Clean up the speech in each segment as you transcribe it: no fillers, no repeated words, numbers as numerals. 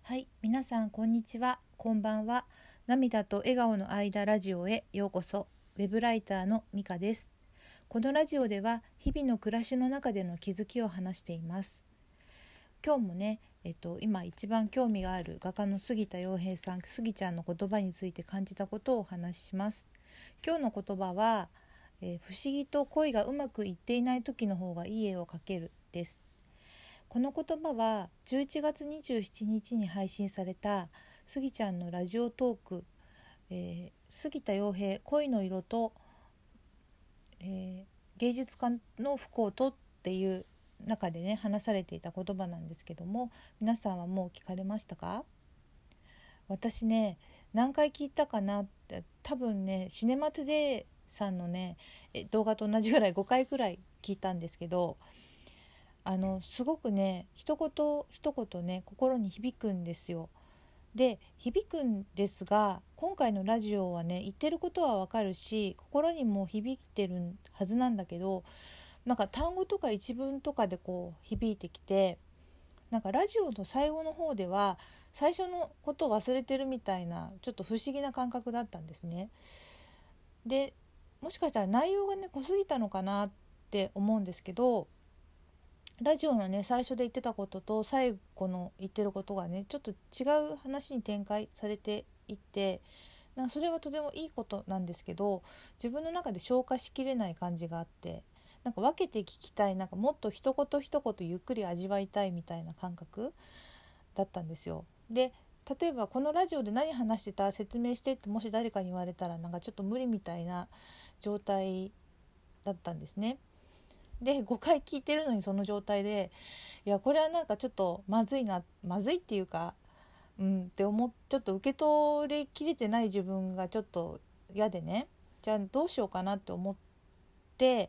はい、皆さんこんにちは、こんばんは。涙と笑顔の間ラジオへようこそ。ウェブライターのミカです。このラジオでは日々の暮らしの中での気づきを話しています。今日もね、今一番興味がある画家の杉田洋平さん、杉ちゃんの言葉について感じたことをお話しします。今日の言葉は、不思議と恋がうまくいっていない時の方がいい絵を描けるです。この言葉は11月27日に配信されたスギちゃんのラジオトーク、杉田洋平恋の色と、芸術家の不幸とっていう中でね話されていた言葉なんですけども、皆さんはもう聞かれましたか？私ね、何回聞いたかなって、多分ねシネマトゥデイさんのね動画と同じぐらい5回くらい聞いたんですけど、すごくね一言一言ね心に響くんですよ。で響くんですが、今回のラジオはね言ってることはわかるし心にも響いてるはずなんだけど、なんか単語とか一文とかでこう響いてきて、なんかラジオの最後の方では最初のことを忘れてるみたいな、ちょっと不思議な感覚だったんですね。でもしかしたら内容がね濃すぎたのかなって思うんですけど、ラジオのね最初で言ってたことと最後の言ってることがねちょっと違う話に展開されていって、なんかそれはとてもいいことなんですけど、自分の中で消化しきれない感じがあって、なんか分けて聞きたい、なんかもっと一言一言ゆっくり味わいたいみたいな感覚だったんですよ。で例えばこのラジオで何話してた説明してってもし誰かに言われたら、なんかちょっと無理みたいな状態だったんですね。で5回聞いてるのにその状態で、いやこれはなんかちょっとまずいな、まずいっていうかってちょっと受け取りきれてない自分がちょっと嫌でね、じゃあどうしようかなって思って、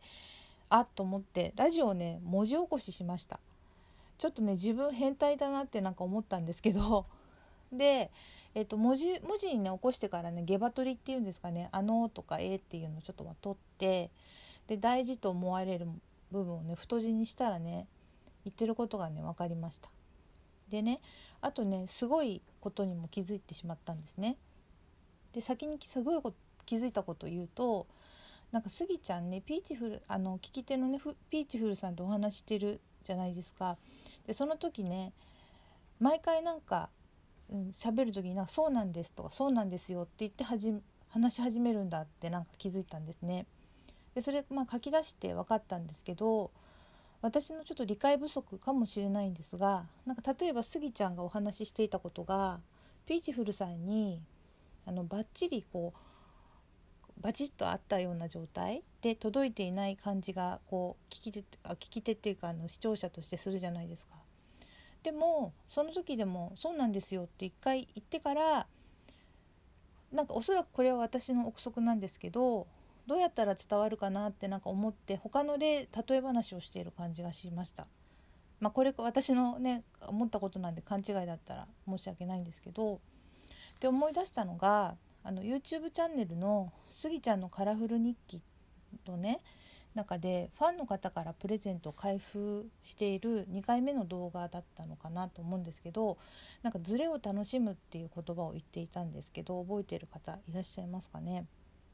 と思ってラジオをね文字起こししました。ちょっとね自分変態だなってなんか思ったんですけど、で、文字にね起こしてからねゲバ取りっていうんですかね、とかっていうのをちょっと取って、で大事と思われる部分をね太字にしたらね言ってることがね分かりました。でね、あとねすごいことにも気づいてしまったんですね。で先にすごい気づいたことを言うと、なんかスギちゃんねピーチフル聞き手のねピーチフルさんとお話してるじゃないですか。でその時ね毎回なんか喋る時になんかそうなんですとかそうなんですよって言って話し始めるんだってなんか気づいたんですね。でそれ書き出して分かったんですけど、私のちょっと理解不足かもしれないんですが、なんか例えばスギちゃんがお話ししていたことがピーチフルさんにバッチリこうバチッとあったような状態で届いていない感じがこう聞き手っていうか視聴者としてするじゃないですか。でもその時でもそうなんですよって一回言ってから、なんかおそらくこれは私の憶測なんですけど、どうやったら伝わるかなってなんか思って他の例え話をしている感じがしました。これ私のね思ったことなんで勘違いだったら申し訳ないんですけど、で思い出したのがYouTube チャンネルのスギちゃんのカラフル日記のね中でファンの方からプレゼントを開封している2回目の動画だったのかなと思うんですけど、なんかズレを楽しむっていう言葉を言っていたんですけど、覚えている方いらっしゃいますかね。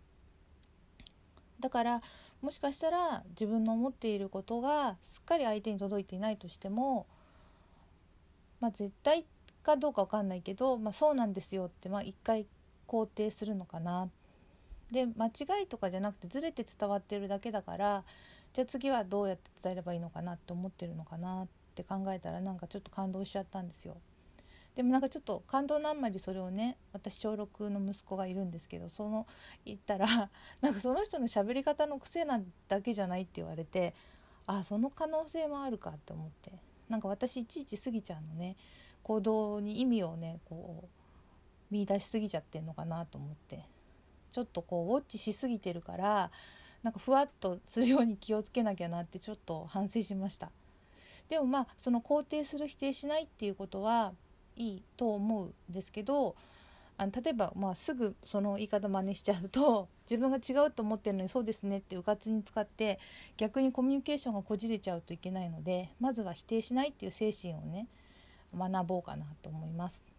だからもしかしたら自分の思っていることがすっかり相手に届いていないとしても、絶対かどうか分かんないけど、そうなんですよって一回肯定するのかな。で間違いとかじゃなくてずれて伝わってるだけだから、じゃあ次はどうやって伝えればいいのかなって思ってるのかなって考えたら、なんかちょっと感動しちゃったんですよ。でもなんかちょっと感動のあんまりそれをね、私小6の息子がいるんですけど、言ったらなんかその人の喋り方の癖なだけじゃないって言われて、その可能性もあるかって思って、なんか私いちいちスギちゃんのね行動に意味をねこう見出しすぎちゃってんのかなと思って、ちょっとこうウォッチしすぎてるから、なんかふわっとするように気をつけなきゃなってちょっと反省しました。でもその肯定する否定しないっていうことはいいと思うんですけど、例えばすぐその言い方真似しちゃうと、自分が違うと思ってるのにそうですねってうかつに使って逆にコミュニケーションがこじれちゃうといけないので、まずは否定しないっていう精神をね学ぼうかなと思います。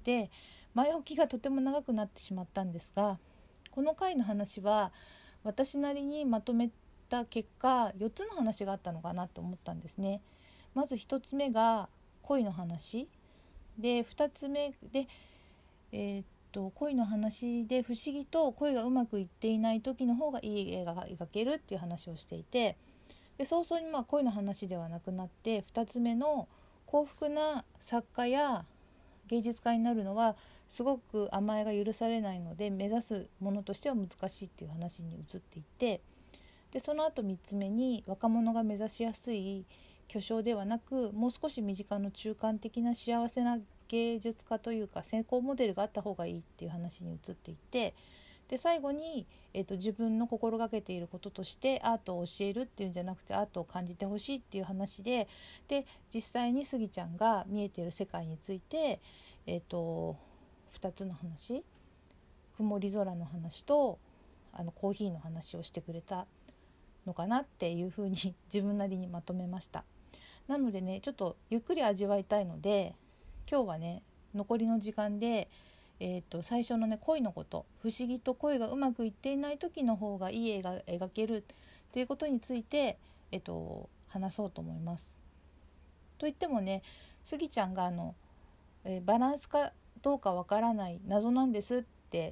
で前置きがとても長くなってしまったんですが、この回の話は私なりにまとめた結果4つの話があったのかなと思ったんですね。まず1つ目が恋の話で、2つ目で恋の話で不思議と恋がうまくいっていない時の方がいい映画が描けるっていう話をしていて、で早々に恋の話ではなくなって2つ目の幸福な作家や芸術家になるのはすごく甘えが許されないので目指すものとしては難しいっていう話に移っていって、でその後3つ目に若者が目指しやすい巨匠ではなくもう少し身近の中間的な幸せな芸術家というか成功モデルがあった方がいいっていう話に移っていって、で最後に、自分の心がけていることとしてアートを教えるっていうんじゃなくてアートを感じてほしいっていう話で、実際にスギちゃんが見えている世界について、2つの話、曇り空の話とコーヒーの話をしてくれたのかなっていうふうに自分なりにまとめました。なのでね、ちょっとゆっくり味わいたいので今日はね残りの時間で、最初のね恋のこと、不思議と恋がうまくいっていない時の方がいい絵が描けるということについて、話そうと思います。といってもね、スギちゃんがバランスかどうかわからない謎なんですって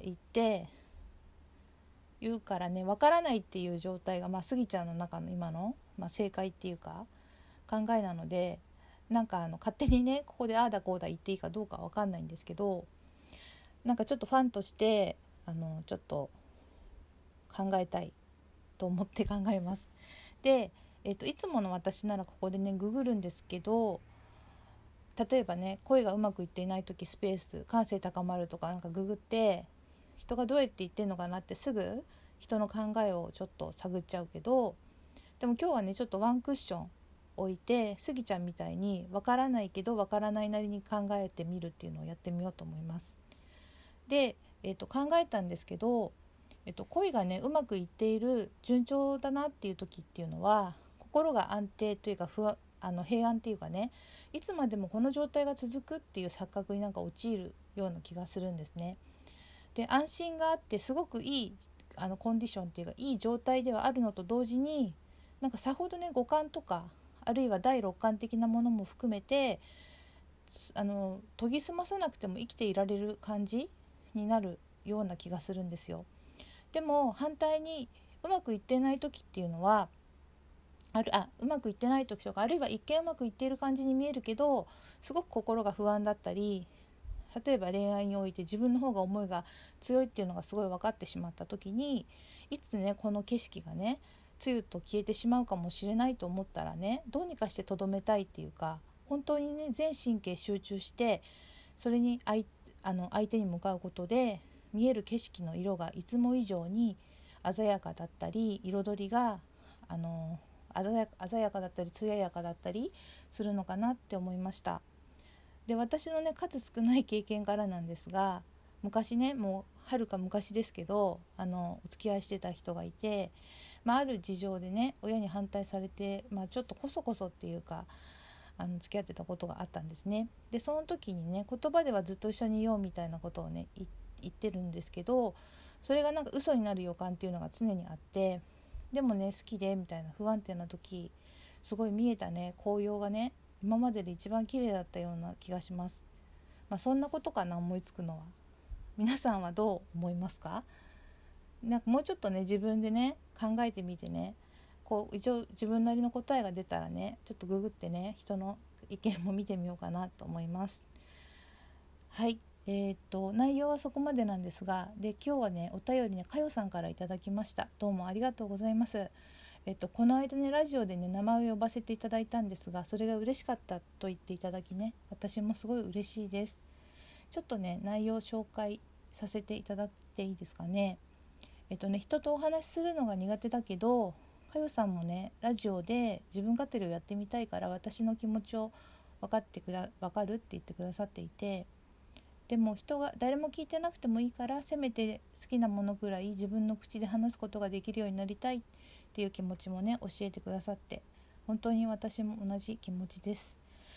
言うからね、わからないっていう状態が、スギちゃんの中の今の、正解っていうか考えなので、なんか勝手にねここでああだこうだ言っていいかどうかわかんないんですけど、なんかちょっとファンとしてちょっと考えたいと思って考えます。で、いつもの私ならここでねググるんですけど、例えばね声がうまくいっていない時スペース感性高まるとかなんかググって人がどうやって言ってんのかなってすぐ人の考えをちょっと探っちゃうけど、でも今日はねちょっとワンクッション置いてスギちゃんみたいにわからないけどわからないなりに考えてみるっていうのをやってみようと思います。で、考えたんですけど、恋がねうまくいっている順調だなっていう時っていうのは心が安定というか平安っていうかね、いつまでもこの状態が続くっていう錯覚になんか陥るような気がするんですね。で安心があってすごくいいコンディションっていうかいい状態ではあるのと同時に、なんかさほどね五感とかあるいは第六感的なものも含めて研ぎ澄まさなくても生きていられる感じになるような気がするんですよ。でも反対にうまくいってない時っていうのはうまくいってない時とか、あるいは一見うまくいっている感じに見えるけどすごく心が不安だったり、例えば恋愛において自分の方が思いが強いっていうのがすごい分かってしまった時に、いつねこの景色がねつゆと消えてしまうかもしれないと思ったらね、どうにかしてとどめたいっていうか、本当にね全神経集中してそれに相手に向かうことで見える景色の色がいつも以上に鮮やかだったり、彩りが鮮やかだったり艶やかだったりするのかなって思いました。で私のね数少ない経験からなんですが、昔ねもうはるか昔ですけどお付き合いしてた人がいて、ある事情でね親に反対されて、ちょっとこそこそっていうか付き合ってたことがあったんですね。でその時にね言葉ではずっと一緒にいようみたいなことをね言ってるんですけど、それがなんか嘘になる予感っていうのが常にあって、でもね好きでみたいな不安定な時、すごい見えたね紅葉がね今までで一番綺麗だったような気がします。そんなことかな、思いつくのは。皆さんはどう思いますか？なんかもうちょっとね自分でね考えてみてね、一応自分なりの答えが出たらねちょっとググってね人の意見も見てみようかなと思います。はい、内容はそこまでなんですが、で今日はねお便りねかよさんからいただきました。どうもありがとうございます。この間ねラジオでね名前を呼ばせていただいたんですが、それが嬉しかったと言っていただきね、私もすごい嬉しいです。ちょっとね内容を紹介させていただいていいですかね。人とお話しするのが苦手だけど、かよさんもねラジオで自分語りをやってみたいから私の気持ちを分かるって言ってくださっていて、でも人が誰も聞いてなくてもいいからせめて好きなものぐらい自分の口で話すことができるようになりたいっていう気持ちもね教えてくださって、本当に私も同じ気持ちです。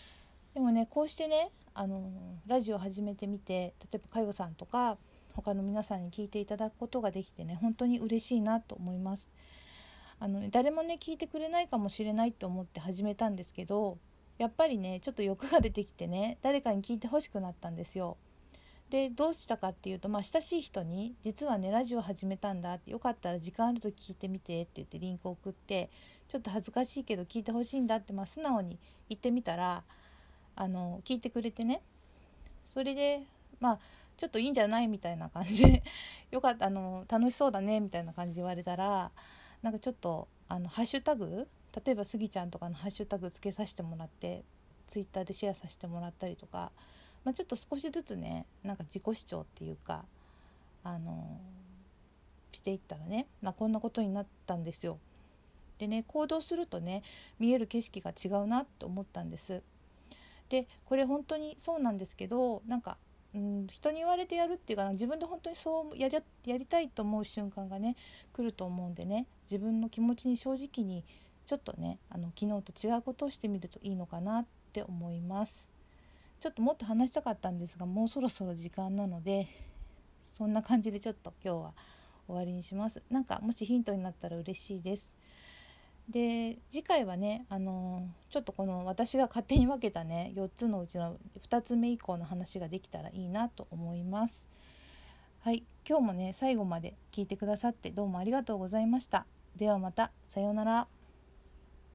でもね、こうしてねラジオを始めてみて、例えばかよさんとか他の皆さんに聞いていただくことができてね、本当に嬉しいなと思います。誰もね聞いてくれないかもしれないと思って始めたんですけど、やっぱりねちょっと欲が出てきてね、誰かに聞いてほしくなったんですよ。でどうしたかっていうと、親しい人に実はねラジオ始めたんだって、よかったら時間あると聞いてみてって言ってリンクを送って、ちょっと恥ずかしいけど聞いてほしいんだって、素直に言ってみたら聞いてくれてね、それでちょっといいんじゃないみたいな感じでよかった、楽しそうだねみたいな感じで言われたら、なんかちょっとハッシュタグ、例えばスギちゃんとかのハッシュタグつけさせてもらって、ツイッターでシェアさせてもらったりとか、ちょっと少しずつね、なんか自己主張っていうかしていったらね、こんなことになったんですよ。でね、行動するとね見える景色が違うなって思ったんです。でこれ本当にそうなんですけど、人に言われてやるっていうかな、自分で本当にそうやりたいと思う瞬間がね来ると思うんでね、自分の気持ちに正直にちょっとね昨日と違うことをしてみるといいのかなって思います。ちょっともっと話したかったんですが、もうそろそろ時間なので、そんな感じでちょっと今日は終わりにします。もしヒントになったら嬉しいです。で次回はね、ちょっとこの私が勝手に分けたね4つのうちの2つ目以降の話ができたらいいなと思います。はい、今日もね最後まで聞いてくださってどうもありがとうございました。ではまた、さようなら。